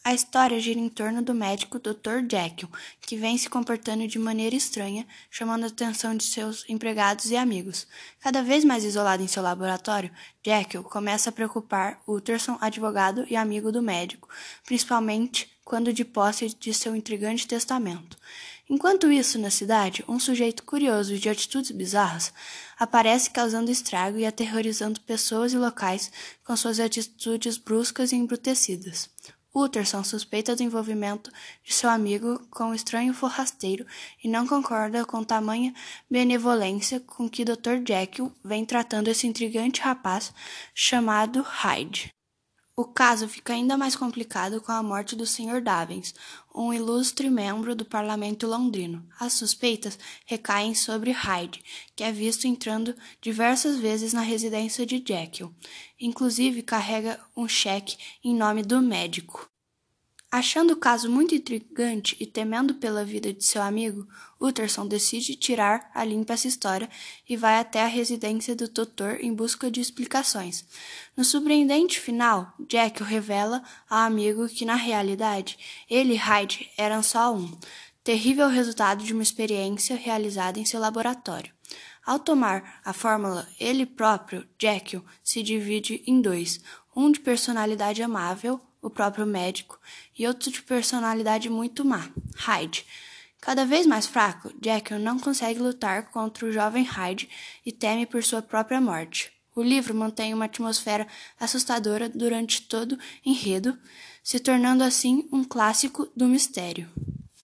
A história gira em torno do médico Dr. Jekyll, que vem se comportando de maneira estranha, chamando a atenção de seus empregados e amigos. Cada vez mais isolado em seu laboratório, Jekyll começa a preocupar Utterson, advogado e amigo do médico, principalmente quando de posse de seu intrigante testamento. Enquanto isso, na cidade, um sujeito curioso e de atitudes bizarras aparece causando estrago e aterrorizando pessoas e locais com suas atitudes bruscas e embrutecidas. Utterson suspeita do envolvimento de seu amigo com o estranho forrasteiro e não concorda com tamanha benevolência com que Dr. Jekyll vem tratando esse intrigante rapaz chamado Hyde. O caso fica ainda mais complicado com a morte do Sr. Davins, um ilustre membro do parlamento londrino. As suspeitas recaem sobre Hyde, que é visto entrando diversas vezes na residência de Jekyll. Inclusive carrega um cheque em nome do médico. Achando o caso muito intrigante e temendo pela vida de seu amigo, Utterson decide tirar a limpo essa história e vai até a residência do doutor em busca de explicações. No surpreendente final, Jekyll revela ao amigo que, na realidade, ele e Hyde eram só um, terrível resultado de uma experiência realizada em seu laboratório. Ao tomar a fórmula, ele próprio, Jekyll, se divide em dois, um de personalidade amável, o próprio médico, e outro de personalidade muito má, Hyde. Cada vez mais fraco, Jekyll não consegue lutar contra o jovem Hyde e teme por sua própria morte. O livro mantém uma atmosfera assustadora durante todo o enredo, se tornando assim um clássico do mistério.